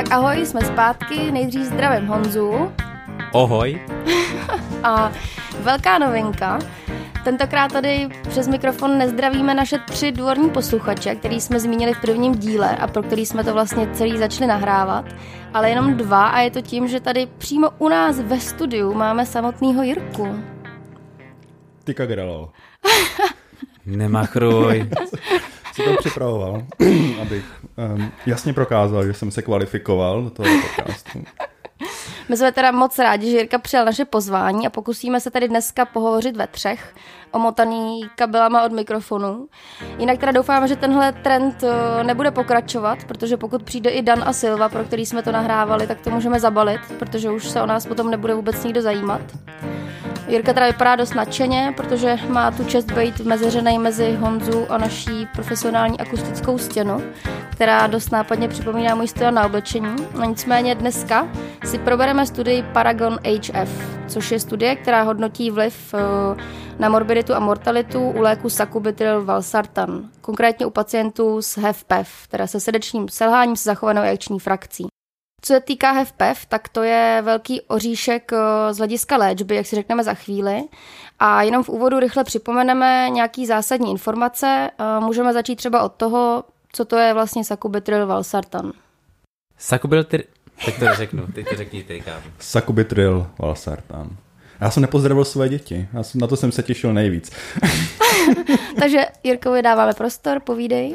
Tak ahoj, jsme zpátky, nejdřív zdravím Honzu. Ohoj. A velká novinka, tentokrát tady přes mikrofon nezdravíme naše 3 dvorní posluchače, který jsme zmínili v prvním díle a pro který jsme to vlastně celý začali nahrávat, ale jenom 2 a je to tím, že tady přímo u nás ve studiu máme samotného Jirku. Ty kagralol. Nemachruj. Jsi to připravoval, abych jasně prokázal, že jsem se kvalifikoval do toho podcastu. My jsme teda moc rádi, že Jirka přijal naše pozvání a pokusíme se tady dneska pohovořit ve 3, omotaný kabelama od mikrofonu. Jinak teda doufáme, že tenhle trend nebude pokračovat, protože pokud přijde i Dan a Silva, pro který jsme to nahrávali, tak to můžeme zabalit, protože už se o nás potom nebude vůbec nikdo zajímat. Jirka teda vypadá dost nadšeně, protože má tu čest být mezeřenej mezi Honzu a naší profesionální akustickou stěnu, která dost nápadně připomíná můj styl na oblečení. No nicméně dneska si probereme studii Paragon HF, což je studie, která hodnotí vliv na morbiditu a mortalitu u léku sacubitril valsartan, konkrétně u pacientů s HFpEF, teda se srdečním selháním se zachovanou erekční frakcí. Co se týká HFpEF, tak to je velký oříšek z hlediska léčby, jak si řekneme za chvíli. A jenom v úvodu rychle připomeneme nějaký zásadní informace. Můžeme začít třeba od toho, co to je vlastně sacubitril valsartan. Sacubitril, tak to řeknu, ty to řekni ty, kámo. Sacubitril valsartan. Já jsem nepozdravil své děti, na to jsem se těšil nejvíc. Takže Jirkovi dáváme prostor, povídej.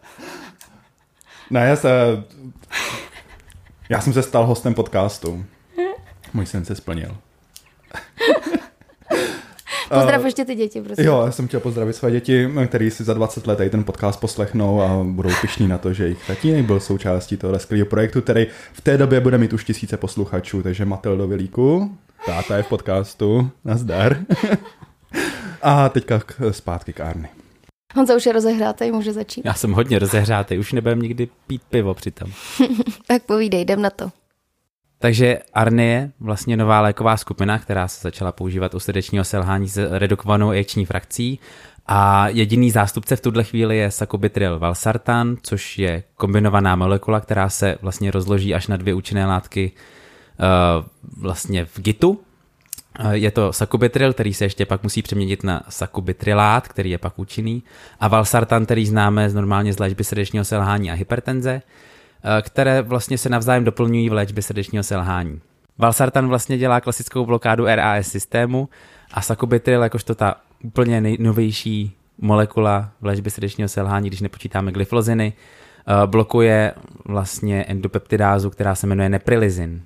Ne, já jsem se stal hostem podcastu. Můj sen se splnil. Pozdrav ještě ty děti, prosím. Jo, já jsem chtěl pozdravit své děti, který si za 20 let ten podcast poslechnou a budou pyšní na to, že jejich tatínek byl součástí tohle skvělého projektu, který v té době bude mít už 1000 posluchačů, takže Matildo Vilíku, táta je v podcastu, nazdar. A teďka zpátky k Arny. Honza už je rozehrátej, může začít. Já jsem hodně rozehrátej, už nebudem nikdy pít pivo přitom. Tak povídej, jdem na to. Takže Arny je vlastně nová léková skupina, která se začala používat u srdečního selhání s redukovanou erekční frakcí a jediný zástupce v tuhle chvíli je sacubitril valsartan, což je kombinovaná molekula, která se vlastně rozloží až na 2 účinné látky vlastně v GITu. Je to sacubitril, který se ještě pak musí přeměnit na sacubitrilát, který je pak účinný, a valsartan, který známe normálně z léčby srdečního selhání a hypertenze, které vlastně se navzájem doplňují v léčbě srdečního selhání. Valsartan vlastně dělá klasickou blokádu RAS systému a sacubitril, jakožto ta úplně nejnovější molekula v léčbě srdečního selhání, když nepočítáme glyfloziny, blokuje vlastně endopeptidázu, která se jmenuje neprilizin.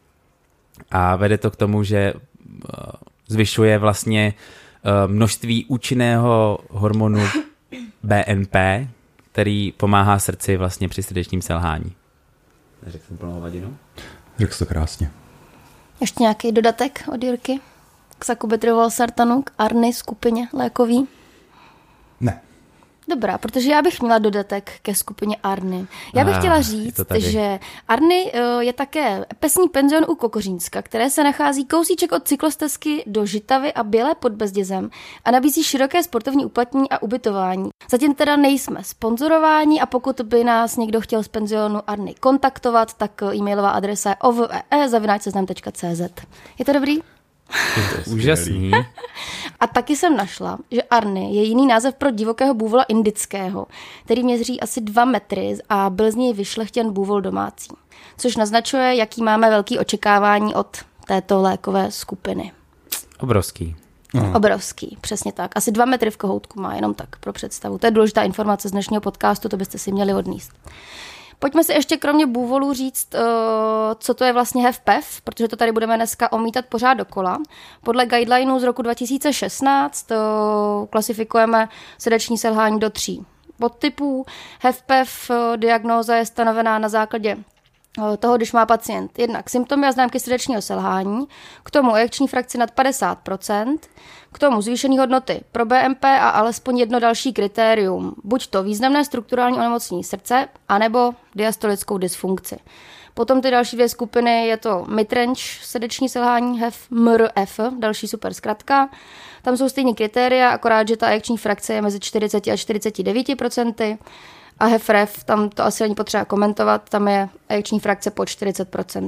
A vede to k tomu, že zvyšuje vlastně množství účinného hormonu BNP, který pomáhá srdci vlastně při srdečním selhání. Řekl jsem plnou hovadinu? Řekl jsi to krásně. Ještě nějaký dodatek od Jirky k sacubitril valsartanu, k Arny skupině lékový? Ne. Dobrá, protože já bych měla dodatek ke skupině Arny. Já bych chtěla říct, že Arny je také pesní penzion u Kokořínska, které se nachází kousíček od cyklostezky do Žitavy a Bělé pod Bezdězem a nabízí široké sportovní uplatnění a ubytování. Zatím teda nejsme sponzorováni a pokud by nás někdo chtěl z penzionu Arny kontaktovat, tak e-mailová adresa je ovee@seznam.cz. Je to dobrý? Úžasný. A taky jsem našla, že Arny je jiný název pro divokého bůvola indického, který měří asi 2 metry a byl z něj vyšlechtěn bůvol domácí. Což naznačuje, jaký máme velký očekávání od této lékové skupiny. Obrovský. Obrovský, přesně tak. Asi 2 metry v kohoutku má, jenom tak pro představu. To je důležitá informace z dnešního podcastu, to byste si měli odníst. Pojďme si ještě kromě bůvolů říct, co to je vlastně HFpEF, protože to tady budeme dneska omítat pořád dokola. Podle guidelineů z roku 2016 klasifikujeme srdeční selhání do 3 podtypů. HFpEF diagnóza je stanovená na základě toho, když má pacient jednak symptomy a známky srdečního selhání, k tomu erekční frakci nad 50%, k tomu zvýšené hodnoty pro BNP a alespoň jedno další kritérium, buď to významné strukturální onemocnění srdce, anebo diastolickou dysfunkci. Potom ty další 2 skupiny je to midrange srdeční selhání HFmrF, další super zkratka. Tam jsou stejné kritéria, akorát, že ta erekční frakce je mezi 40 a 49%. A HFrEF, tam to asi není potřeba komentovat, tam je ejekční frakce pod 40%.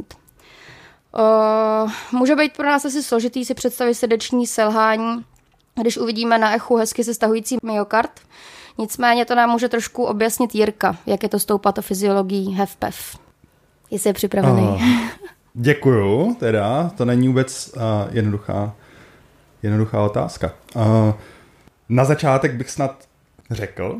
Může být pro nás asi složitý si představit srdeční selhání, když uvidíme na echu hezky se stahující myokard. Nicméně to nám může trošku objasnit Jirka, jak je to s tou patofyziologií HFpEF. Jestli je připravený. Děkuju, teda, to není vůbec jednoduchá otázka. Na začátek bych snad řekl,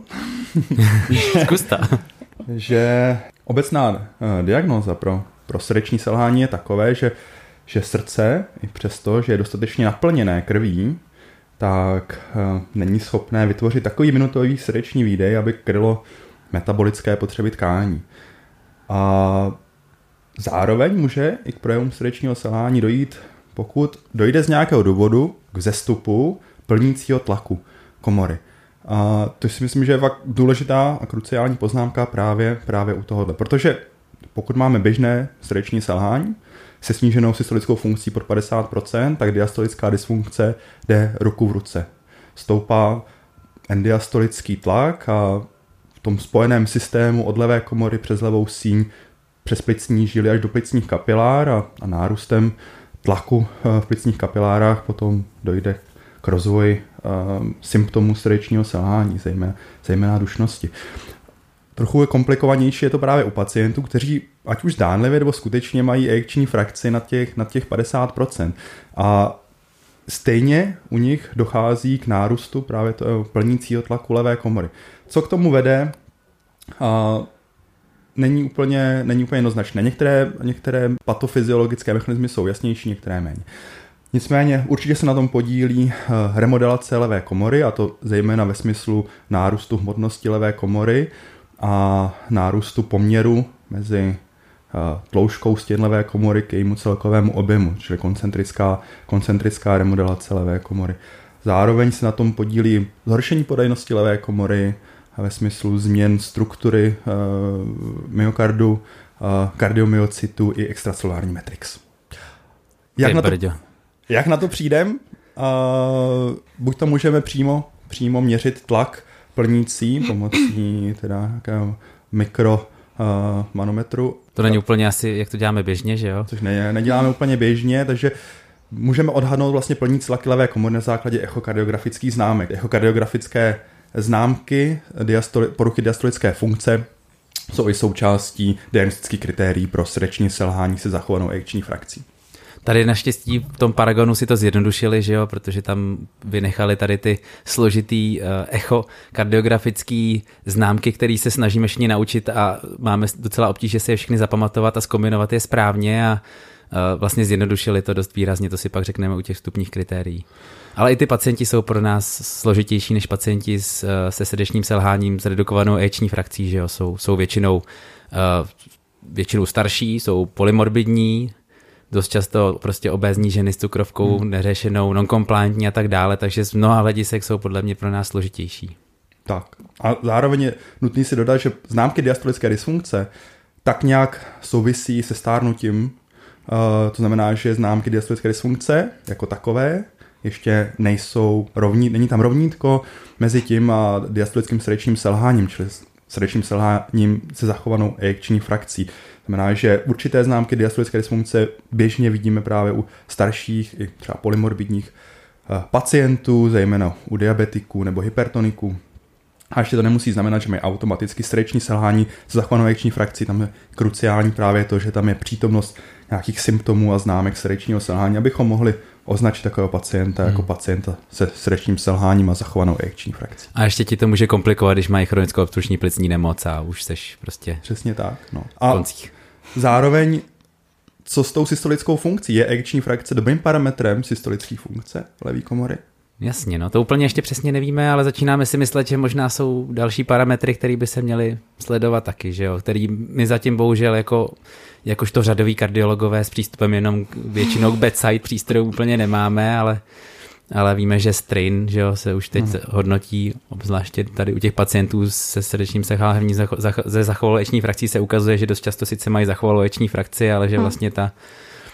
že obecná diagnóza pro srdeční selhání je takové, že srdce, i přesto, že je dostatečně naplněné krví, tak není schopné vytvořit takový minutový srdeční výdej, aby krylo metabolické potřeby tkání. A zároveň může i k projevům srdečního selhání dojít, pokud dojde z nějakého důvodu k vzestupu plnícího tlaku komory. A to si myslím, že je fakt důležitá a kruciální poznámka právě u tohohle. Protože pokud máme běžné srdeční selhání se sníženou systolickou funkcí pod 50%, tak diastolická dysfunkce jde ruku v ruce. Stoupá endiastolický tlak a v tom spojeném systému od levé komory přes levou síň přes plicní žily až do plicních kapilár a nárůstem tlaku v plicních kapilárách potom dojde k rozvoji symptomů srdečního selhání, zejména dušnosti. Trochu komplikovanější je to právě u pacientů, kteří ať už zdánlivě nebo skutečně mají ejekční frakci nad těch 50%. A stejně u nich dochází k nárůstu právě toho plnícího tlaku levé komory. Co k tomu vede, není úplně jednoznačné. Některé patofyziologické mechanismy jsou jasnější, některé méně. Nicméně určitě se na tom podílí remodelace levé komory, a to zejména ve smyslu nárůstu hmotnosti levé komory a nárůstu poměru mezi tloušťkou stěn levé komory k jejímu celkovému objemu, čili koncentrická remodelace levé komory. Zároveň se na tom podílí zhoršení podajnosti levé komory ve smyslu změn struktury myokardu, kardiomyocytu i extracelulární matrix. Jak na to přijdem? Buď to můžeme přímo měřit tlak plnící pomocí teda nějakého mikromanometru. To není úplně asi, jak to děláme běžně, že jo? Což neděláme úplně běžně, takže můžeme odhadnout vlastně plnící tlaky levé komory na základě echokardiografických známek. Echokardiografické známky poruchy diastolické funkce jsou i součástí diagnostických kritérií pro srdeční selhání se zachovanou ejekční frakcí. Tady naštěstí v tom Paragonu si to zjednodušili, že jo, protože tam vynechali tady ty složitý echokardiografický známky, které se snažíme všichni naučit a máme docela obtíže si je všechny zapamatovat a zkombinovat je správně a vlastně zjednodušili to dost výrazně, to si pak řekneme u těch vstupních kritérií. Ale i ty pacienti jsou pro nás složitější než pacienti se srdečním selháním s redukovanou eječní frakcí, že jo, jsou většinou starší, jsou polymorbidní, dost často prostě obézní ženy s cukrovkou neřešenou, non-compliantní a tak dále, takže z mnoha hledisek jsou podle mě pro nás složitější. Tak a zároveň je nutný si dodat, že známky diastolické dysfunkce tak nějak souvisí se stárnutím, to znamená, že známky diastolické dysfunkce jako takové ještě není tam rovnítko mezi tím a diastolickým srdečním selháním, čili srdečním selháním se zachovanou ejekční frakcí. Znamená, že určité známky diastolické dysfunkce běžně vidíme právě u starších i třeba polymorbidních pacientů, zejména u diabetiků nebo hypertoniků. A ještě to nemusí znamenat, že mají automaticky srdeční selhání se zachovanou ejekční frakcí. Tam je kruciální právě to, že tam je přítomnost nějakých symptomů a známek srdečního selhání, abychom mohli označit takového pacienta jako pacienta se srdečním selháním a zachovanou ejekční frakcí. A ještě ti to může komplikovat, když mají chronickou obstrukční plicní nemoc a už seš prostě přesně tak. No. A zároveň, co s tou systolickou funkcí? Je ejekční frakce dobrým parametrem systolické funkce levé komory? Jasně, no to úplně ještě přesně nevíme, ale začínáme si myslet, že možná jsou další parametry, které by se měly sledovat taky, že jo, který my zatím bohužel jakožto řadoví kardiologové s přístupem jenom většinou k bedside přístrojů úplně nemáme, ale víme, že strain, že jo, se už teď hodnotí, obzvláště tady u těch pacientů se srdečním selháním ze zachovalou eječní frakcí se ukazuje, že dost často sice mají zachovalou eječní frakci, ale že vlastně ta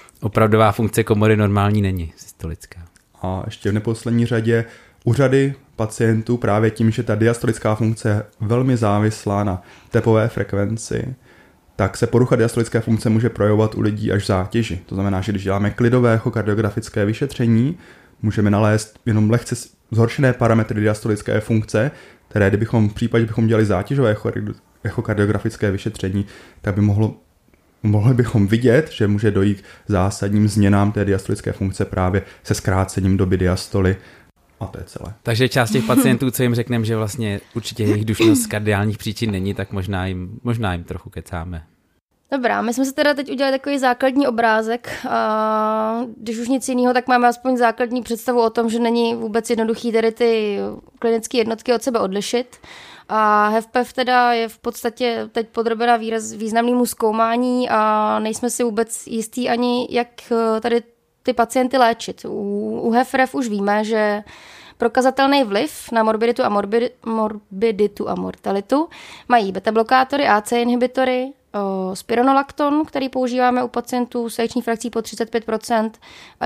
opravdová funkce komory normální není systolická. A ještě v neposlední řadě u řady pacientů právě tím, že ta diastolická funkce je velmi závislá na tepové frekvenci, tak se porucha diastolické funkce může projevovat u lidí až v zátěži. To znamená, že když děláme klidové echokardiografické vyšetření, můžeme nalézt jenom lehce zhoršené parametry diastolické funkce, které kdybychom v případě, bychom dělali zátěžové echokardiografické vyšetření, tak by mohli bychom vidět, že může dojít k zásadním změnám té diastolické funkce právě se zkrácením doby diastoly. A to je celé. Takže část těch pacientů, co jim řekneme, že vlastně určitě jejich dušnost z kardiálních příčin není, tak možná jim trochu kecáme. Dobrá, my jsme si teda teď udělali takový základní obrázek a když už nic jiného, tak máme aspoň základní představu o tom, že není vůbec jednoduchý tady ty klinické jednotky od sebe odlišit. A HFpEF teda je v podstatě teď podrobena významnému zkoumání a nejsme si vůbec jistí ani, jak tady ty pacienty léčit. U HFrEF už víme, že prokazatelný vliv na morbiditu a mortalitu mají beta-blokátory, AC inhibitory, spironolakton, který používáme u pacientů s eječní frakcí po 35% a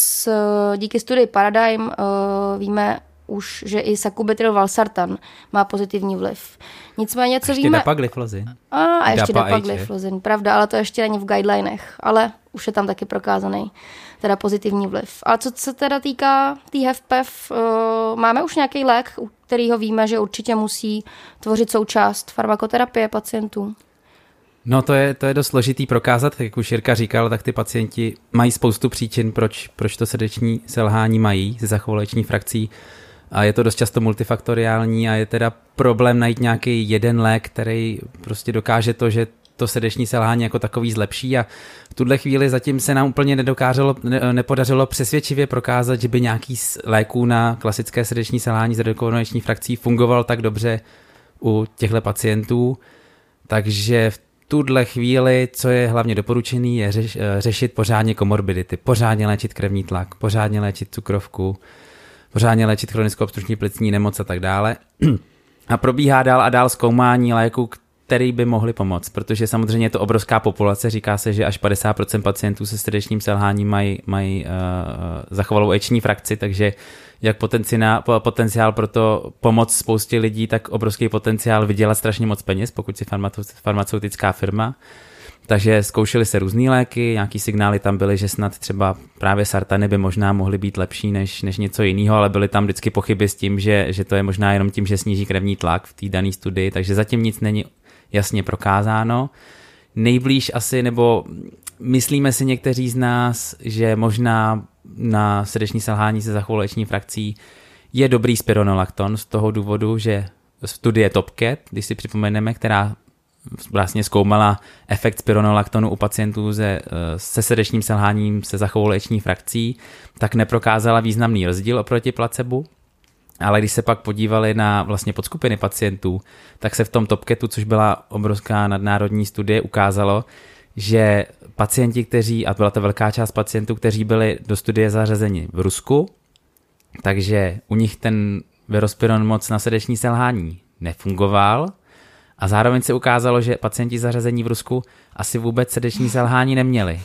díky studii Paradigm víme už, že i sacubitril valsartan má pozitivní vliv. Nicméně, co víme... Dapagliflozin. A ještě dapagliflozin, pravda, ale to ještě není v guidelinech, ale už je tam taky prokázaný teda pozitivní vliv. A co teda týká HFpEF, máme už nějaký lék, u kterého víme, že určitě musí tvořit součást farmakoterapie pacientů? No to je dost složitý prokázat, jak už Jirka říkal, tak ty pacienti mají spoustu příčin, proč to srdeční selhání mají ze zachovalou eječní frakcí a je to dost často multifaktoriální a je teda problém najít nějaký jeden lék, který prostě dokáže to, že to srdeční selhání jako takový zlepší a v tuhle chvíli zatím se nám úplně nepodařilo přesvědčivě prokázat, že by nějaký z léků na klasické srdeční selhání z redukovanou eječní frakcí fungoval tak dobře u těchto pacientů, takže v tuhle chvíli, co je hlavně doporučený, je řešit pořádně komorbidity, pořádně léčit krevní tlak, pořádně léčit cukrovku, pořádně léčit chronickou obstrukční plicní nemoc a tak dále. A probíhá dál a dál zkoumání léků, který by mohly pomoct, protože samozřejmě je to obrovská populace, říká se, že až 50% pacientů se srdečním selháním mají zachovalou eječní frakci, takže jak potenciál pro to pomoct spoustě lidí, tak obrovský potenciál vydělat strašně moc peněz, pokud si farmaceutická firma. Takže zkoušely se různý léky, nějaký signály tam byly, že snad třeba právě sartany by možná mohly být lepší než něco jiného, ale byly tam vždycky pochyby s tím, že to je možná jenom tím, že sníží krevní tlak v té dané studii, takže zatím nic není jasně prokázáno. Nejblíž asi, nebo myslíme si někteří z nás, že možná na srdeční selhání se zachovalou eječní frakcí je dobrý spironolakton z toho důvodu, že studie TopCat, když si připomeneme, která vlastně zkoumala efekt spironolaktonu u pacientů se srdečním selháním se zachovalou eječní frakcí, tak neprokázala významný rozdíl oproti placebu. Ale když se pak podívali na vlastně podskupiny pacientů, tak se v tom TopCatu, což byla obrovská nadnárodní studie, ukázalo, že pacienti, a byla to velká část pacientů, kteří byli do studie zařazeni v Rusku, takže u nich ten Verospiron moc na srdeční selhání nefungoval a zároveň se ukázalo, že pacienti zařazení v Rusku asi vůbec srdeční selhání neměli.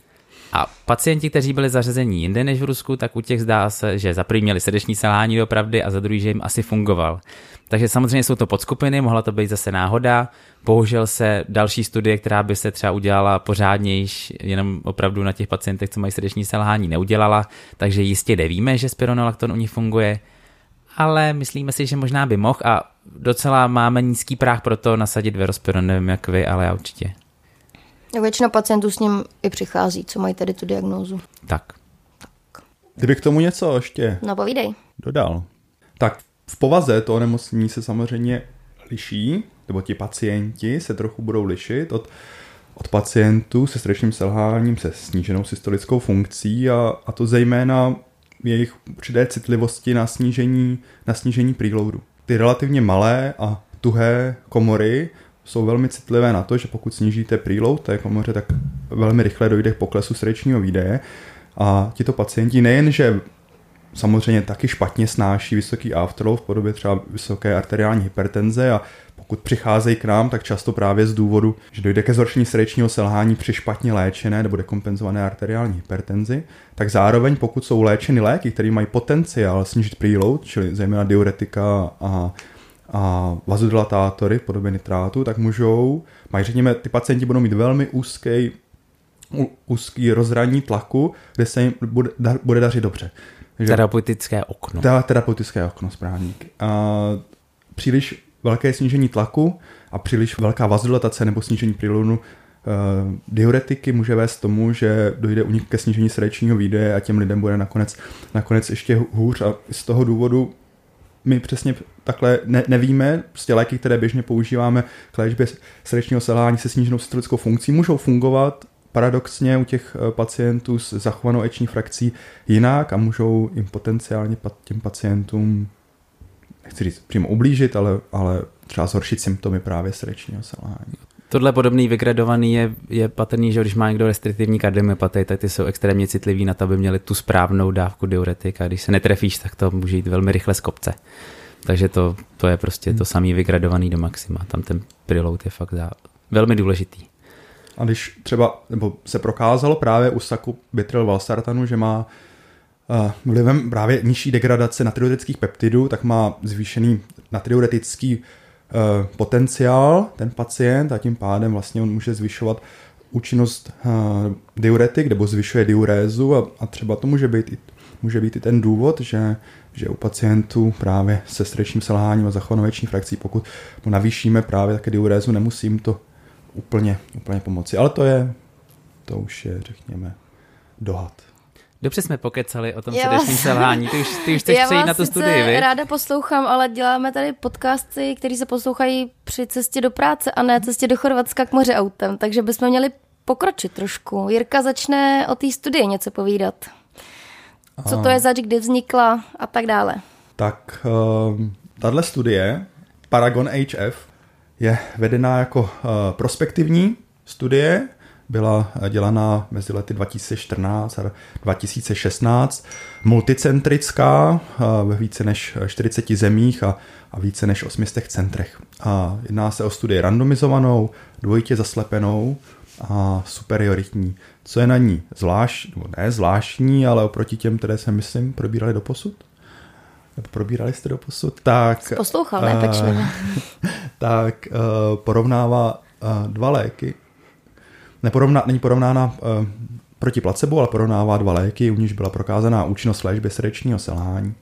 A pacienti, kteří byli zařazení jinde než v Rusku, tak u těch zdá se, že za první měli srdeční selhání doopravdy a za druhý, že jim asi fungoval. Takže samozřejmě jsou to podskupiny, mohla to být zase náhoda. Bohužel se další studie, která by se třeba udělala pořádnější, jenom opravdu na těch pacientech, co mají srdeční selhání, neudělala, takže jistě nevíme, že spironolakton u nich funguje, ale myslíme si, že možná by mohl a docela máme nízký práh pro to nasadit Verospiron, nevím jak vy, ale já určitě. Většina pacientů s ním i přichází, co mají tady tu diagnózu. Tak. Kdyby k tomu něco ještě dodal. Tak v povaze to onemocnění se samozřejmě liší, nebo ti pacienti se trochu budou lišit od pacientů se srdečním selháním, se sníženou systolickou funkcí a to zejména jejich určité citlivosti na snížení preloadu. Ty relativně malé a tuhé komory jsou velmi citlivé na to, že pokud snížíte preload té komoře, tak velmi rychle dojde k poklesu srdečního výdeje a tito pacienti nejenže samozřejmě taky špatně snáší vysoký afterload v podobě třeba vysoké arteriální hypertenze a pokud přicházejí k nám, tak často právě z důvodu, že dojde ke zhoršení srdečního selhání při špatně léčené nebo dekompenzované arteriální hypertenzi, tak zároveň pokud jsou léčeny léky, které mají potenciál snížit preload, čili zejména diuretika a vazodilatátory v podobě nitrátu, tak řekněme, ty pacienti budou mít velmi úzký rozhraní tlaku, kde se jim bude dařit dobře. Terapeutické okno. Terapeutické okno, správník. Příliš velké snížení tlaku a příliš velká vazodilatace nebo snížení preloadu diuretiky může vést k tomu, že dojde u nich ke snížení srdečního výdeje a těm lidem bude nakonec ještě hůř a z toho důvodu my přesně takhle nevíme, prostě léky, které běžně používáme k léčbě srdečního selhání se sníženou systolickou funkcí, můžou fungovat paradoxně u těch pacientů s zachovanou eční frakcí jinak a můžou jim potenciálně těm pacientům, nechci říct přímo ublížit, ale třeba zhoršit symptomy právě srdečního selhání. Tohle podobný vygradovaný je patrný, že když má někdo restriktivní kardiomyopatii, tak ty jsou extrémně citliví na to, aby měli tu správnou dávku diuretik a když se netrefíš, tak to může jít velmi rychle z kopce. Takže to je prostě to samý vygradovaný do maxima. Tam ten preload je fakt velmi důležitý. A když třeba, nebo se prokázalo právě u sacubitril valsartanu, že má vlivem právě nižší degradace natriuretických peptidů, tak má zvýšený natriuretický potenciál ten pacient a tím pádem vlastně on může zvyšovat účinnost diuretik nebo zvyšuje diurézu a třeba to může být i ten důvod, že u pacientů právě se srdečním selháním a zachovanou eční frakcí, pokud navýšíme právě také diurézu, nemusí jim to úplně pomoci. Ale to už je, řekněme, dohad. Dobře jsme pokecali o tom srdečním selhání. Ty už chceš přejít na tu studii, viď? Já ráda poslouchám, ale děláme tady podcasty, které se poslouchají při cestě do práce a ne cestě do Chorvatska k moři autem, takže bychom měli pokročit trošku. Jirka začne o té studii něco povídat. Co to je zač, kdy vznikla a tak dále. Tak tahle studie, Paragon HF, je vedená jako prospektivní studie, byla dělaná mezi lety 2014 a 2016, multicentrická ve více než 40 zemích a více než 800 centrech. A jedná se o studii randomizovanou, dvojitě zaslepenou a superioritní. Co je na ní zvláštní, ale oproti těm, které se, myslím, probírali doposud? Probírali jste doposud? Tak, poslouchal, ne pečlivě. Tak porovnává dva léky. Není porovnána proti placebo, ale porovnává dva léky, u nichž byla prokázaná účinnost léčby srdečního selhání.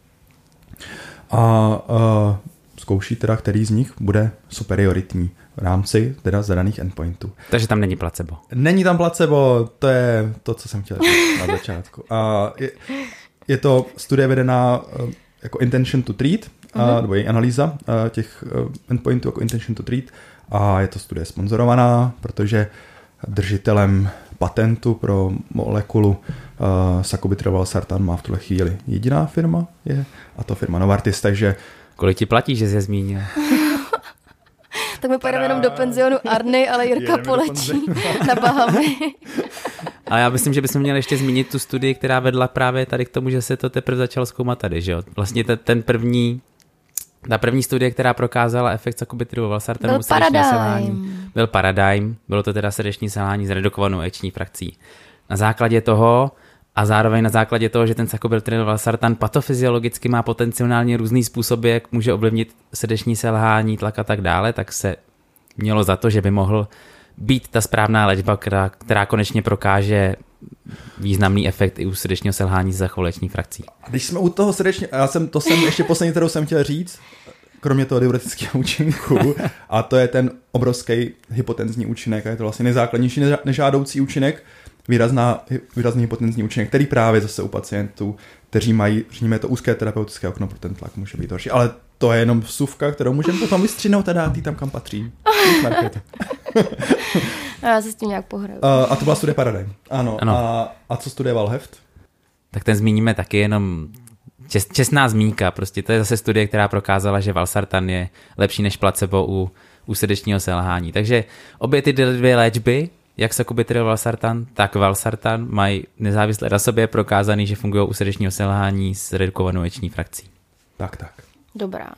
A zkouší teda, který z nich bude superioritní v rámci teda zadaných endpointů. Takže tam není placebo. Není tam placebo, to je to, co jsem chtěl říct na začátku. A je to studie vedená jako intention to treat, nebo její analýza těch endpointů jako intention to treat a je to studie sponzorovaná, protože držitelem patentu pro molekulu sacubitril valsartan má v tuhle chvíli jediná firma, a to firma Novartis, takže... Kolik ti platí, že jsi je zmínil? Tak my pojedeme jenom do penzionu Arny, ale Jirka poletí na Bahamy. A já myslím, že bychom měli ještě zmínit tu studii, která vedla právě tady k tomu, že se to teprve začalo zkoumat tady, že jo? Vlastně ta první studie, která prokázala efekt sacubitrilu valsartanu u srdečního selhání, byl Paradigm, bylo to teda srdeční selhání s redukovanou eční frakcí. Na základě toho a zároveň na základě toho, že ten sacubitril valsartan patofyziologicky má potenciálně různý způsoby, jak může ovlivnit srdeční selhání, tlak a tak dále, tak se mělo za to, že by mohl být ta správná léčba, která konečně prokáže významný efekt i u srdečního selhání s zachovanou eční frakcí. A když jsme u toho srdečního, to jsem ještě poslední, kterou jsem chtěl říct, kromě toho diuretického účinku, a to je ten obrovský hypotenzní účinek, a je to vlastně nejzákladnější nežádoucí účinek, výrazný hypotenzní účinek, který právě zase u pacientů, kteří mají, řekněme, to úzké terapeutické okno pro ten tlak, může být horší. Ale to je jenom vsuvka, kterou můžeme potom vystřihnout a dát jí tam, kam patří. Já se s tím nějak pohraju. A to byla studie Paradigm. Ano. A co studie Valheft? Tak ten zmíníme taky jenom čestná zmínka. Prostě to je zase studie, která prokázala, že valsartan je lepší než placebo u srdečního selhání. Takže obě ty dvě léčby, jak sacubitril valsartan, tak valsartan, mají nezávisle na sobě prokázaný, že fungují u srdečního selhání s redukovanou eční frakcí. Tak. Dobrá.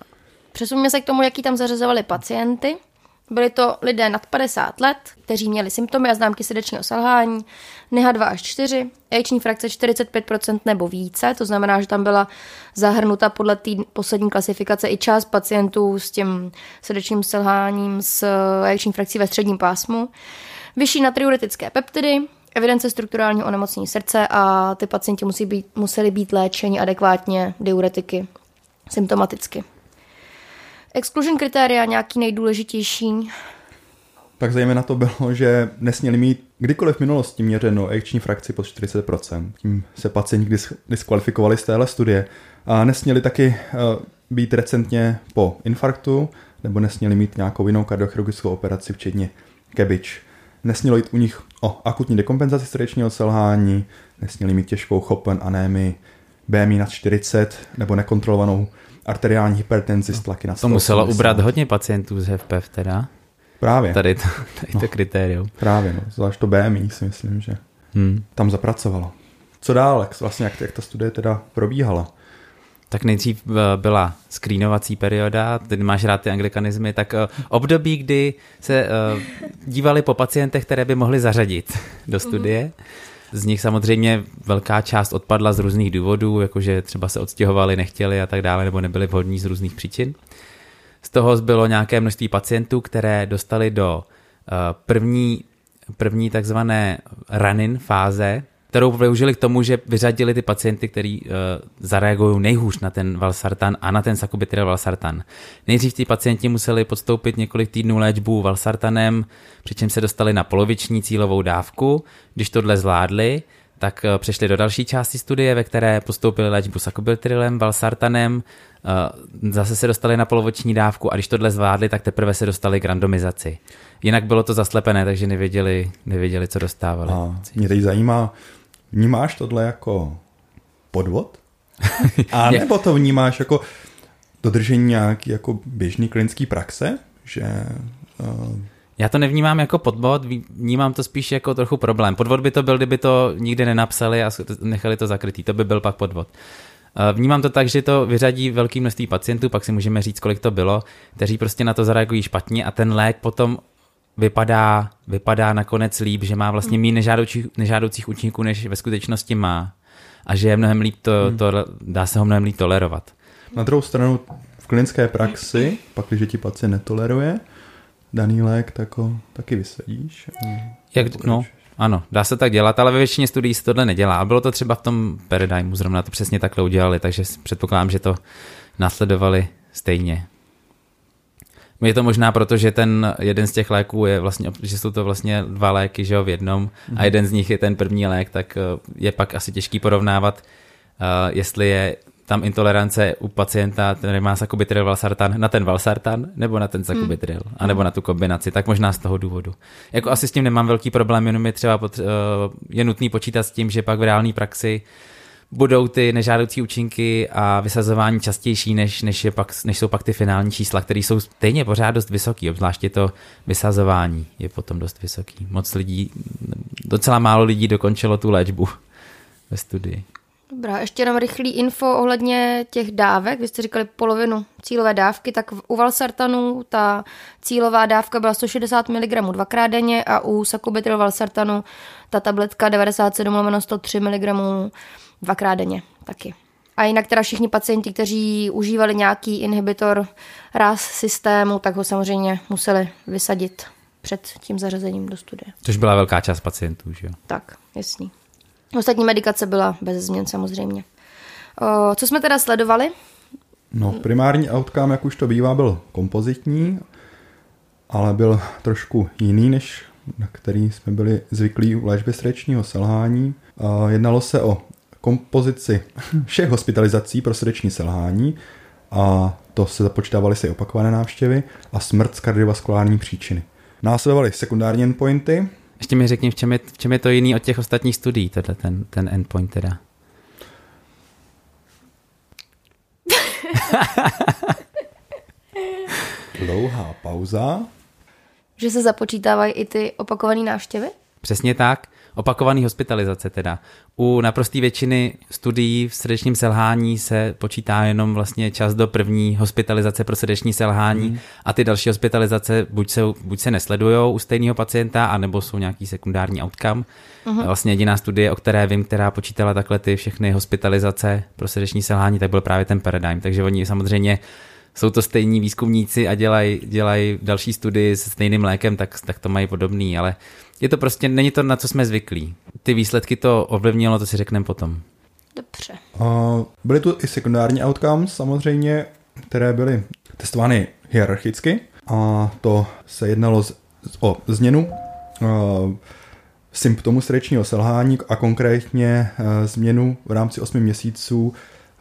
Přesuneme se k tomu, jaký tam zařazovali pacienty. Byli to lidé nad 50 let, kteří měli symptomy a známky srdečního selhání, NIHA 2 až 4, eječní frakce 45% nebo více, to znamená, že tam byla zahrnuta podle té poslední klasifikace i část pacientů s tím srdečním selháním s eječní frakcí ve středním pásmu, vyšší natriuretické peptidy, evidence strukturálního onemocnění srdce a ty pacienti museli být léčeni adekvátně diuretiky symptomaticky. Exclusion kritéria nějaký nejdůležitější. Tak zejména to bylo, že nesměli mít kdykoliv v minulosti měřenou erekční frakci pod 40%. Tím se pacienti diskvalifikovali z téhle studie. A nesměli taky být recentně po infarktu, nebo nesměli mít nějakou jinou kardiochirurgickou operaci, včetně CABG. Nesmělo jít u nich o akutní dekompenzaci srdečního selhání, nesměli mít těžkou Chopin anémii, BMI nad 40 nebo nekontrolovanou arteriální hypertenzi s tlaky na 180. To muselo ubrat hodně pacientů z HFpEF teda. Právě. Tady to kritérium. Právě, no. Zvlášť to BMI si myslím, že tam zapracovalo. Co dál? Vlastně jak ta studie teda probíhala? Tak nejdřív byla screenovací perioda, ty máš rád ty anglikanizmy, tak období, kdy se dívali po pacientech, které by mohli zařadit do studie. Z nich samozřejmě velká část odpadla z různých důvodů, jakože třeba se odstěhovali, nechtěli a tak dále, nebo nebyli vhodní z různých příčin. Z toho zbylo nějaké množství pacientů, které dostali do první takzvané run-in fáze, kterou využili k tomu, že vyřadili ty pacienty, kteří zareagují nejhůř na ten valsartan a na ten sacubitril valsartan. Nejdřív ti pacienti museli podstoupit několik týdnů léčbu valsartanem, přičemž se dostali na poloviční cílovou dávku. Když tohle zvládli, tak přešli do další části studie, ve které podstoupili léčbu sacubitrilem, valsartanem, zase se dostali na poloviční dávku a když tohle zvládli, tak teprve se dostali k randomizaci. Jinak bylo to zaslepené, takže nevěděli, co dostávali. A mě teď zajímá, vnímáš tohle jako podvod? A nebo to vnímáš jako dodržení nějaký jako běžný klinický praxe? Že, Já to nevnímám jako podvod, vnímám to spíš jako trochu problém. Podvod by to byl, kdyby to nikdy nenapsali a nechali to zakrytý. To by byl pak podvod. Vnímám to tak, že to vyřadí velké množství pacientů, pak si můžeme říct, kolik to bylo, kteří prostě na to zareagují špatně a ten lék potom vypadá nakonec líp, že má vlastně méně nežádoucích účinků, než ve skutečnosti má. A že je mnohem líp dá se ho mnohem líp tolerovat. Na druhou stranu v klinické praxi, pak když ti pacient netoleruje daný lék, tak ho taky vysadíš. Ano, dá se tak dělat, ale ve většině studií se tohle nedělá. A bylo to třeba v tom Paradigmu, zrovna to přesně takhle udělali, takže předpokládám, že to následovali stejně. Je to možná proto, že ten jeden z těch léků je vlastně, že jsou to vlastně 2 léky, že jo, v jednom a jeden z nich je ten první lék, tak je pak asi těžký porovnávat, jestli je tam intolerance u pacienta, který má sacubitril valsartan, na ten valsartan nebo na ten sacubitril, anebo na tu kombinaci, tak možná z toho důvodu. Jako asi s tím nemám velký problém, jenom je třeba je nutný počítat s tím, že pak v reálné praxi budou ty nežádoucí účinky a vysazování častější, než jsou pak ty finální čísla, které jsou stejně pořád dost vysoký, obzvláště to vysazování je potom dost vysoký. Docela málo lidí dokončilo tu léčbu ve studii. Dobrá, ještě jenom rychlý info ohledně těch dávek. Vy jste říkali polovinu cílové dávky, tak u valsartanu ta cílová dávka byla 160 mg 2x denně a u sacubitril valsartanu ta tabletka 97/103 mg 2x denně taky. A jinak teda všichni pacienti, kteří užívali nějaký inhibitor RAS systému, tak ho samozřejmě museli vysadit před tím zařazením do studie. Což byla velká část pacientů, že jo? Tak, jasný. Ostatní medikace byla bez změn samozřejmě. Co jsme teda sledovali? No, primární outcome, jak už to bývá, byl kompozitní, ale byl trošku jiný, než na který jsme byli zvyklí u léčby srdečního selhání. Jednalo se o kompozici všech hospitalizací pro srdeční selhání a to se započítávaly si opakované návštěvy a smrt z kardiovaskulární příčiny. Následovaly sekundární endpointy. Ještě mi řekni, v čem je to jiný od těch ostatních studií, ten endpoint teda. Dlouhá pauza. Že se započítávají i ty opakované návštěvy? Přesně tak. opakovaný hospitalizace teda. U naprosté většiny studií v srdečním selhání se počítá jenom vlastně čas do první hospitalizace pro srdeční selhání a ty další hospitalizace buď se nesledujou u stejného pacienta, anebo jsou nějaký sekundární outcome. Vlastně jediná studie, o které vím, která počítala takhle ty všechny hospitalizace pro srdeční selhání, tak byl právě ten Paradigm. Takže oni samozřejmě jsou to stejní výzkumníci a dělají další studii se stejným lékem, tak to mají podobný, ale je to prostě, není to, na co jsme zvyklí. Ty výsledky to ovlivnilo, to si řekneme potom. Dobře. Byly tu i sekundární outcomes samozřejmě, které byly testovány hierarchicky a to se jednalo o změnu symptomu srdečního selhání a konkrétně změnu v rámci 8 měsíců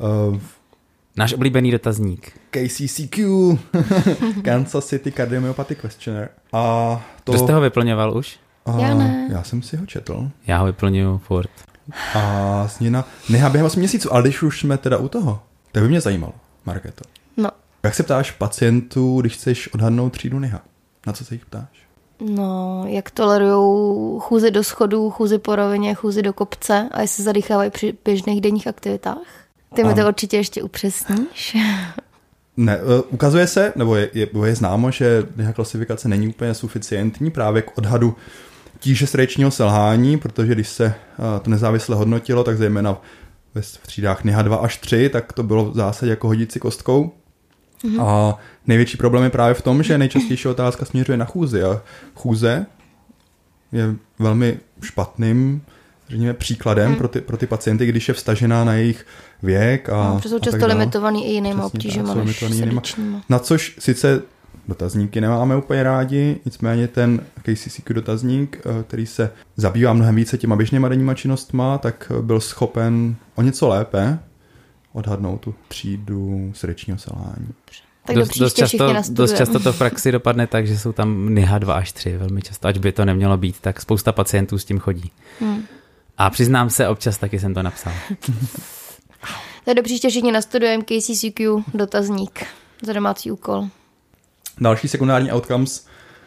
Náš oblíbený dotazník. KCCQ, Kansas City Cardiomyopathy Questionnaire. A to... Kdo jste ho vyplňoval už? Já ne. Já jsem si ho četl. Já ho vyplňuju furt. A změna neha během 8 měsíců, ale když už jsme teda u toho, tak by mě zajímalo, Markéto. No. Jak se ptáš pacientů, když chceš odhadnout třídu NIHA? Na co se jich ptáš? No, jak tolerujou chůzi do schodů, chůzi po rovině, chůzi do kopce a jestli zadýchávají při běžných denních aktivitách? Ty mi to určitě ještě upřesníš. Ne, ukazuje se, nebo je známo, že NIHA klasifikace není úplně suficientní právě k odhadu tíže srdečního selhání, protože když se to nezávisle hodnotilo, tak zejména ve třídách NIHA 2 až 3, tak to bylo v zásadě jako hodit si kostkou. A největší problém je právě v tom, že nejčastější otázka směřuje na chůzi. A chůze je velmi špatným, řekněme, příkladem pro ty pacienty, když je vztažená na jejich věk. Protože jsou často limitovaný i jinýma obtížema než srdečníma. Na což sice dotazníky nemáme úplně rádi, nicméně ten KCCQ dotazník, který se zabývá mnohem více těma běžnýma denníma činnostma, tak byl schopen o něco lépe odhadnout tu třídu srdečního selhání. Tak dost často to v praxi dopadne tak, že jsou tam NIHA 2 až 3, velmi často, ať by to nemělo být, tak spousta pacientů s tím chodí. A přiznám se, občas taky jsem to napsal. Tak do příště všichni nastudujeme KCCQ dotazník za domácí úkol. Další sekundární outcomes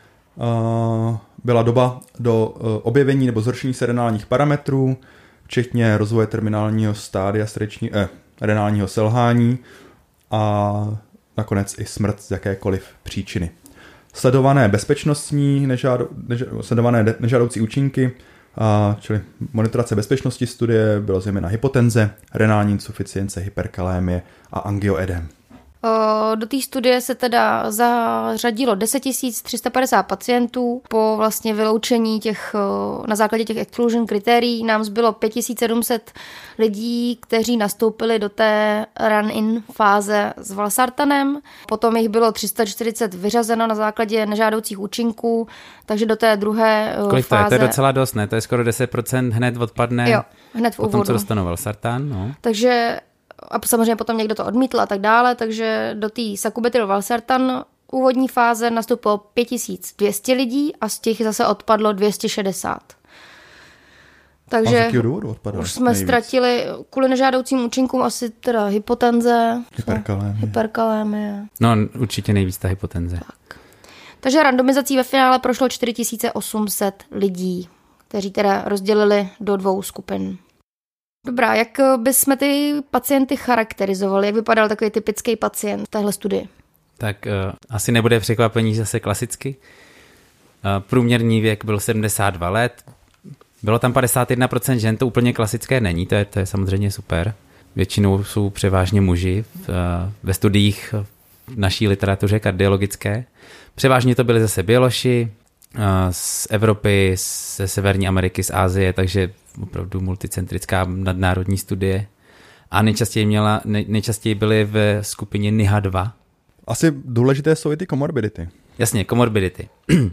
byla doba do objevení nebo zhoršení se renálních parametrů, včetně rozvoje terminálního stádia renálního selhání a nakonec i smrt z jakékoliv příčiny. Sledované sledované nežádoucí účinky, čili monitorace bezpečnosti studie, bylo zejména hypotenze, renální insuficience, hyperkalémie a angioedem. Do té studie se teda zařadilo 10 350 pacientů. Po vlastně vyloučení na základě těch exclusion kritérií nám zbylo 5700 lidí, kteří nastoupili do té run-in fáze s valsartanem. Potom jich bylo 340 vyřazeno na základě nežádoucích účinků, takže do té druhé Kolik fáze... to je docela dost, ne? To je skoro 10% hned odpadne. Jo, hned v úvodu. Potom, co dostanou valsartan, no. Takže a samozřejmě potom někdo to odmítl a tak dále, takže do té sacubitril valsartan úvodní fáze nastoupilo 5200 lidí a z těch zase odpadlo 260. Takže už jsme ztratili kvůli nežádoucím účinkům asi teda hypotenze, hyperkalémie. No určitě nejvíc ta hypotenze. Tak. Takže randomizací ve finále prošlo 4800 lidí, kteří teda rozdělili do 2 skupin. Dobrá, jak bychom ty pacienty charakterizovali? Jak vypadal takový typický pacient v téhle studii? Tak asi nebude překvapení zase klasicky. Průměrný věk byl 72 let. Bylo tam 51% žen, to úplně klasické není, to je samozřejmě super. Většinou jsou převážně muži ve studiích v naší literatuře kardiologické. Převážně to byly zase Běloši z Evropy, ze Severní Ameriky, z Asie, takže opravdu multicentrická nadnárodní studie. A nejčastěji byly v skupině NIHA 2. Asi důležité jsou i ty komorbidity. Jasně, komorbidity.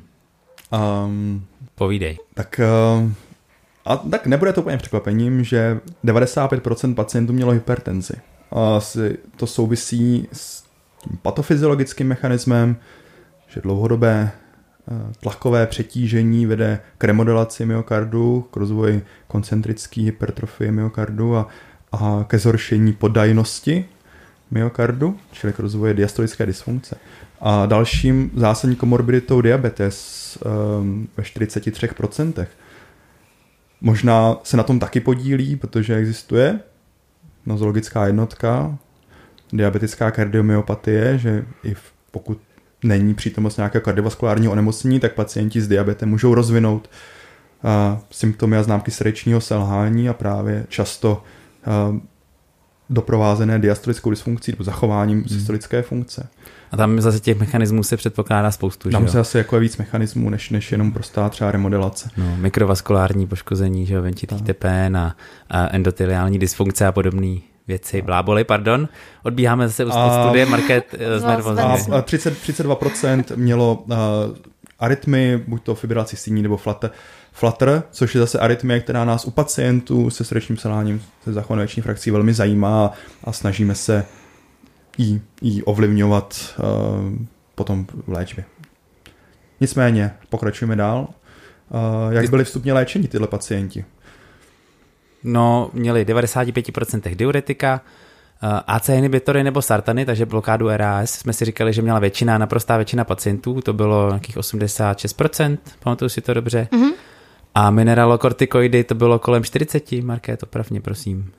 Povídej. Tak nebude to úplně překvapením, že 95% pacientů mělo hypertenzi. Asi to souvisí s tím patofyziologickým mechanismem, že dlouhodobé tlakové přetížení vede k remodelaci myokardu, k rozvoji koncentrické hypertrofie myokardu a ke zhoršení poddajnosti myokardu, čili k rozvoji diastolické dysfunkce. A dalším zásadní komorbiditou diabetes ve 43%. Možná se na tom taky podílí, protože existuje nozologická jednotka, diabetická kardiomyopatie, že i pokud není přítomnost nějakého kardiovaskulárního onemocnění, tak pacienti s diabetem můžou rozvinout symptomy a známky srdečního selhání a právě často doprovázené diastolickou dysfunkcí nebo zachováním systolické funkce. A tam zase těch mechanismů se předpokládá spoustu, tam že se asi jako je víc mechanismů, než jenom prostá třeba remodelace. No, mikrovaskulární poškození, že jo, venčitý tepén a endoteliální dysfunkce a podobné věci. Bláboli, pardon. Odbíháme zase od studie Market z nervózní. A 32% mělo arytmy, buď to fibrilaci síní nebo flutter, což je zase arytmie, která nás u pacientů se srdečním selháním se zachovanou eječní frakcí velmi zajímá a snažíme se jí ovlivňovat potom v léčbě. Nicméně, pokračujeme dál. Jak byli vstupně léčeni tyhle pacienti? No, měli 95% diuretika, AC inhibitory nebo sartany, takže blokádu RAS. Jsme si říkali, že měla naprostá většina pacientů, to bylo nějakých 86%, pamatuju si to dobře. Mm-hmm. A mineralokortikoidy to bylo kolem 40, Markéto, opravně, prosím.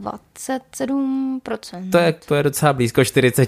27%. To je docela blízko 40.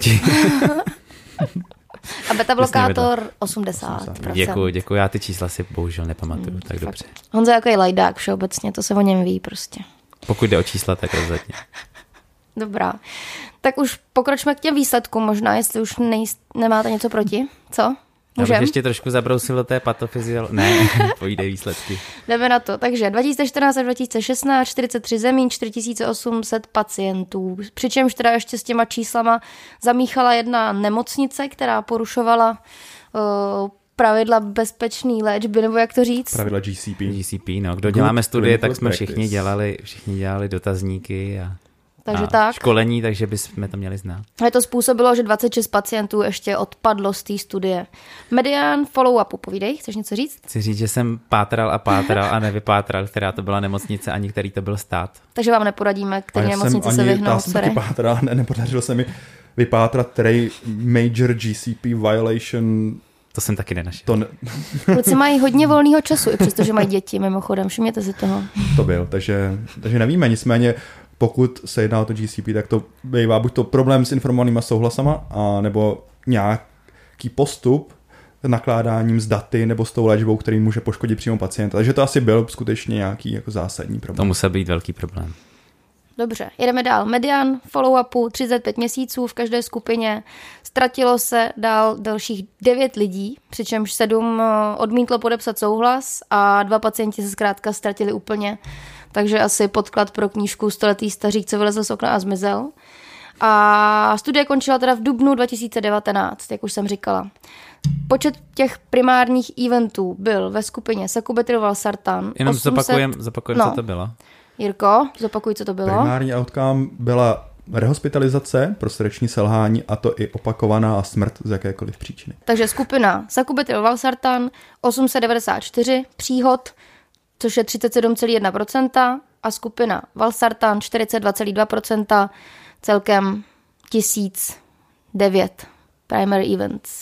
A beta-blokátor 80%. Děkuji, já ty čísla si bohužel nepamatuju, tak dobře. Honza jako je lajdák všeobecně, to se o něm ví prostě. Pokud jde o čísla, tak rozhodně. Dobrá. Tak už pokročme k těm výsledkům možná, jestli už nemáte něco proti. Co? Můžem? Já bych ještě trošku zabrousil do té patofyziologie. Ne, pojídej výsledky. Jdeme na to. Takže 2014 a 2016, 43 zemí, 4800 pacientů. Přičemž teda ještě s těma číslama zamíchala jedna nemocnice, která porušovala pravidla bezpečné léčby, nebo jak to říct? Pravidla GCP. GCP, no. Kdo děláme studie, tak jsme všichni dělali dotazníky a školení, takže bychom to měli znát. A to způsobilo, že 26 pacientů ještě odpadlo z té studie. Medián follow-upu, povídej, chceš něco říct? Chci říct, že jsem pátral a nevypátral, která to byla nemocnice, ani který to byl stát. Takže vám neporadíme, který nemocnice se vyhnout. Já jsem taky pátral, nepodařilo se mi vypátrat, který major GCP violation. To jsem taky nenašel. Kluci mají hodně volného času, i přestože mají děti, mimochodem, všimněte si toho. To byl, takže nevíme, nicméně pokud se jedná o to GCP, tak to bývá buď to problém s informovanýma souhlasama, a nebo nějaký postup nakládáním s daty nebo s tou léčbou, který může poškodit přímo pacienta. Takže to asi byl skutečně nějaký jako zásadní problém. To musel být velký problém. Dobře, jedeme dál. Median follow-upu 35 měsíců v každé skupině. Ztratilo se dál dalších 9 lidí, přičemž 7 odmítlo podepsat souhlas a 2 pacienti se zkrátka ztratili úplně. Takže asi podklad pro knížku Stoletý stařík, co vylezl z okna a zmizel. A studie končila teda v dubnu 2019, jak už jsem říkala. Počet těch primárních eventů byl ve skupině sacubitril valsartan. Jenom zopakujem, co to bylo. Jirko, zopakuj, co to bylo. Primární outcome byla rehospitalizace pro srdeční selhání, a to i opakovaná smrt z jakékoliv příčiny. Takže skupina sacubitril valsartan 894 příhod, což je 37,1%, a skupina valsartan 42,2%, celkem 1009 primary events.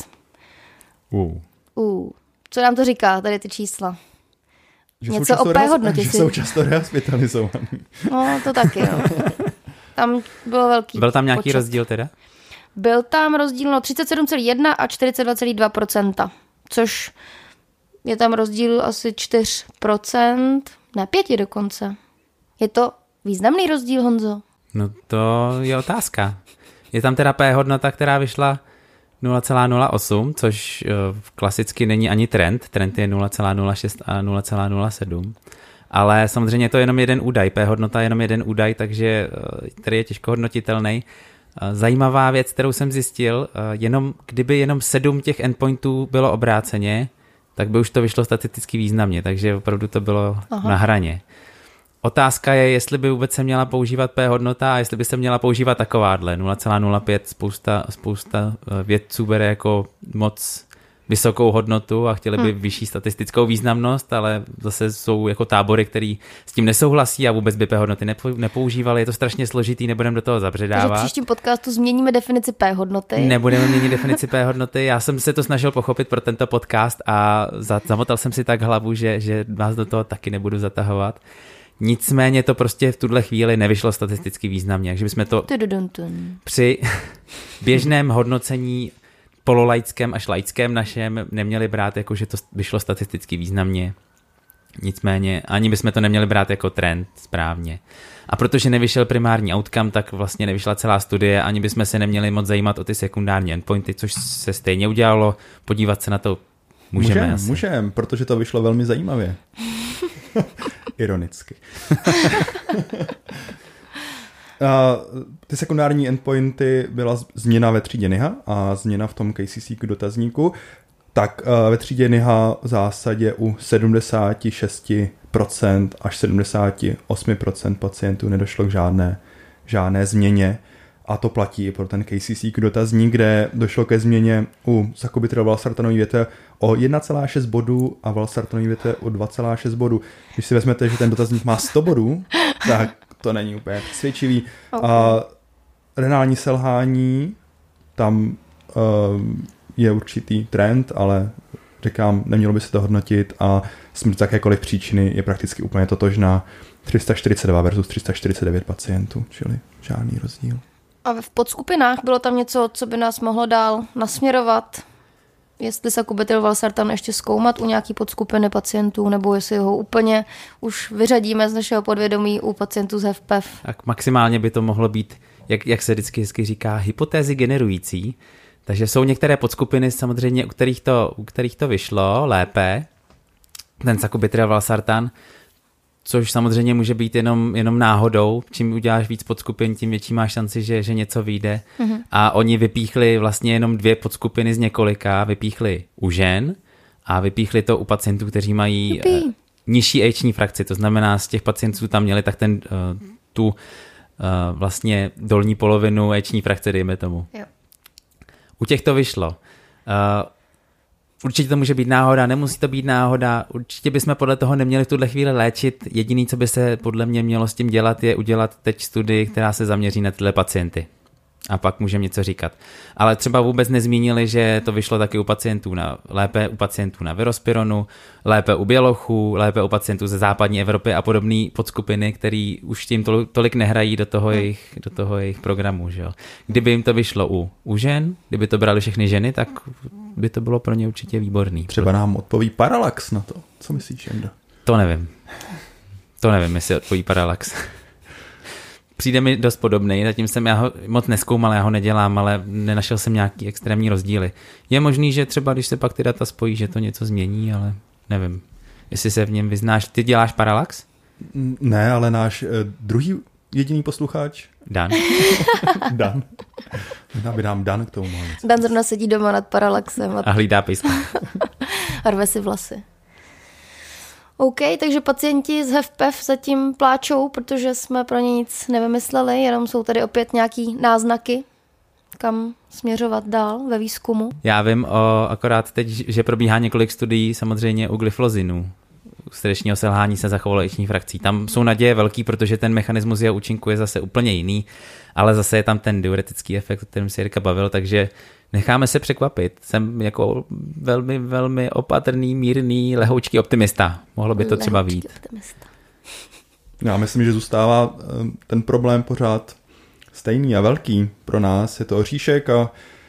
Co nám to říká, tady ty čísla? Něco o P-hodnotě. Že jsou často rehospitalizovaní. No, to taky, no. Tam bylo velký Byl tam nějaký počet. rozdíl teda? Byl tam rozdíl 37,1 a 42,2%, což je tam rozdíl asi 4%, ne 5 dokonce. Je to významný rozdíl, Honzo? No to je otázka. Je tam teda P-hodnota, která vyšla 0,08, což klasicky není ani trend. Trend je 0,06 a 0,07. Ale samozřejmě to je jenom jeden údaj. P-hodnota je jenom jeden údaj, takže který je těžko hodnotitelný. Zajímavá věc, kterou jsem zjistil, kdyby jenom 7 těch endpointů bylo obráceně, tak by už to vyšlo statisticky významně, takže opravdu to bylo na hraně. Otázka je, jestli by vůbec se měla používat P-hodnota a jestli by se měla používat takováhle 0,05. Spousta vědců bere jako moc vysokou hodnotu a chtěli by vyšší statistickou významnost, ale zase jsou jako tábory, který s tím nesouhlasí a vůbec by P hodnoty nepoužívali. Je to strašně složitý, nebudeme do toho zabředávat. Takže v příštím podcastu změníme definici P hodnoty. Nebudeme měnit definici P hodnoty. Já jsem se to snažil pochopit pro tento podcast a zamotal jsem si tak hlavu, že vás do toho taky nebudu zatahovat. Nicméně to prostě v tuhle chvíli nevyšlo statisticky významně, takže bychom to při běžném hodnocení pololaickém až laickém našem neměli brát jako, že to vyšlo statisticky významně. Nicméně ani bychom to neměli brát jako trend správně. A protože nevyšel primární outcome, tak vlastně nevyšla celá studie, ani bychom se neměli moc zajímat o ty sekundární endpointy, což se stejně udělalo. Podívat se na to můžeme, protože to vyšlo velmi zajímavě. Ironicky. Ty sekundární endpointy byla změna ve třídě NIHA a změna v tom KCC k dotazníku. Tak ve třídě NIHA v zásadě u 76% až 78% pacientů nedošlo k žádné změně. A to platí i pro ten KCC k dotazník, kde došlo ke změně u sakubitril valsartanový věte o 1,6 bodů a valsartanový věte o 2,6 bodů. Když si vezmete, že ten dotazník má 100 bodů, tak to není úplně přesvědčivý. Okay. A renální selhání, tam je určitý trend, ale říkám, nemělo by se to hodnotit a smrt z jakékoliv příčiny je prakticky úplně totožná. 342 versus 349 pacientů, čili žádný rozdíl. A v podskupinách bylo tam něco, co by nás mohlo dál nasměrovat? Jestli sakubitril valsartan ještě zkoumat u nějaký podskupiny pacientů, nebo jestli ho úplně už vyřadíme z našeho podvědomí u pacientů z HFpEF? Tak maximálně by to mohlo být, jak se vždycky hezky říká, hypotézy generující. Takže jsou některé podskupiny samozřejmě, u kterých to vyšlo lépe, ten sakubitril valsartan, což samozřejmě může být jenom náhodou. Čím uděláš víc podskupin, tím větší máš šanci, že něco vyjde. Mm-hmm. A oni vypíchli vlastně jenom 2 podskupiny z několika. Vypíchli u žen a vypíchli to u pacientů, kteří mají nižší eječní frakci. To znamená, z těch pacientů tam měli tak tu vlastně dolní polovinu eječní frakce, dejme tomu. Jo. U těch to vyšlo. Určitě to může být náhoda, nemusí to být náhoda, určitě bychom podle toho neměli v tuhle chvíli léčit. Jediný, co by se podle mě mělo s tím dělat, je udělat teď studii, která se zaměří na tyhle pacienty. A pak můžeme něco říkat. Ale třeba vůbec nezmínili, že to vyšlo taky lépe u pacientů na virospironu, lépe u bělochů, lépe u pacientů ze západní Evropy a podobné podskupiny, který už tím tolik nehrají do toho jejich programu. Že jo. Kdyby jim to vyšlo u žen, kdyby to brali všechny ženy, tak by to bylo pro ně určitě výborný. Třeba nám odpoví Parallax na to. Co myslíš, Jendo? To nevím, jestli odpoví Parallax. Přijde mi dost podobný, zatím jsem já ho moc nezkoumal, já ho nedělám, ale nenašel jsem nějaký extrémní rozdíly. Je možný, že třeba když se pak ty data spojí, že to něco změní, ale nevím. Jestli se v něm vyznáš. Ty děláš Parallax? Ne, ale náš druhý jediný posluchač. Dan. Dan. Možná by nám Dan k tomu mohl něco. Dan zrovna sedí doma nad Parallaxem. A hlídá pejska. A rve si vlasy. OK, takže pacienti z HFpEF zatím pláčou, protože jsme pro ně nic nevymysleli, jenom jsou tady opět nějaký náznaky, kam směřovat dál ve výzkumu. Já vím akorát teď, že probíhá několik studií samozřejmě u glyflozinu, u srdečního selhání se zachovalo eječní frakcí. Tam jsou naděje velký, protože ten mechanismus jeho účinku je zase úplně jiný, ale zase je tam ten diuretický efekt, o kterém se Jirka bavil, takže necháme se překvapit. Jsem jako velmi, velmi opatrný, mírný, lehoučký optimista. Mohlo by to třeba být. Já myslím, že zůstává ten problém pořád stejný a velký pro nás. Je to oříšek a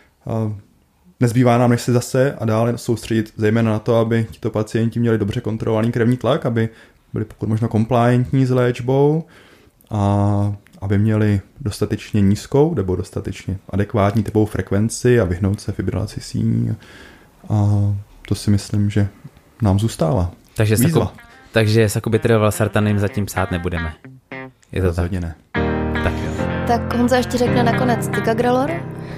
nezbývá nám, než se zase a dále soustředit zejména na to, aby tito pacienti měli dobře kontrolovaný krevní tlak, aby byli pokud možno compliantní s léčbou a aby měli dostatečně nízkou nebo dostatečně adekvátní typovou frekvenci a vyhnout se fibrilaci síní. A to si myslím, že nám zůstává. Takže sakubitril valsartan jim zatím psát nebudeme. Je to rozhodně tak? Ne. Tak jo. Tak Honza ještě řekne nakonec ticagrelor.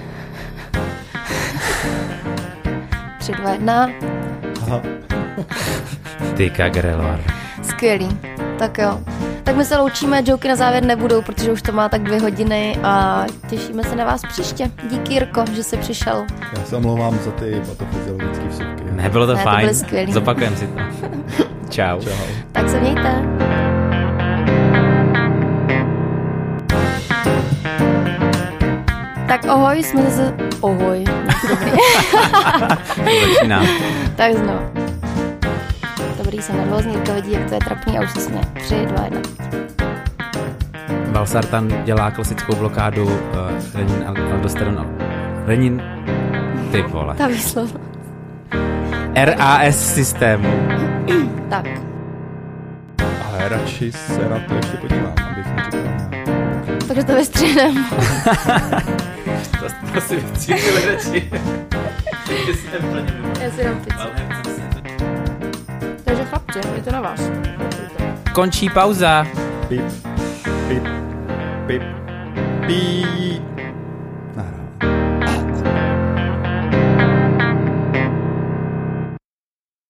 3, 2, 1. Aha. Ticagrelor. Skvělý. Tak jo. Tak my se loučíme, joky na závěr nebudou, protože už to má tak 2 hodiny a těšíme se na vás příště. Díky, Jirko, že jsi přišel. Já se omlouvám za ty patofyziologické vsuvky. Nebylo to fajn, to zopakujem si to. Čau. Čau. Tak se mějte. Tak ahoj, jsme zase... Ahoj. Dobrý. Začínám. Tak znovu. Dobrý, jsem nervózní, Jirka vidí, jak to je trapný a už se směje. 3, 2, 1. Valsartan dělá klasickou blokádu renin aldosteron. Renin... Ty vole. Ta výslovnost. RAS systému. Tak. Ale radši se na to ještě podívám, abych neříkal. Takže to vystřihnem. To si vycítili radši. Já si dám pizzu. Takže chlapče, je to na vás. Končí pauza. Pip, pip, pip, pip.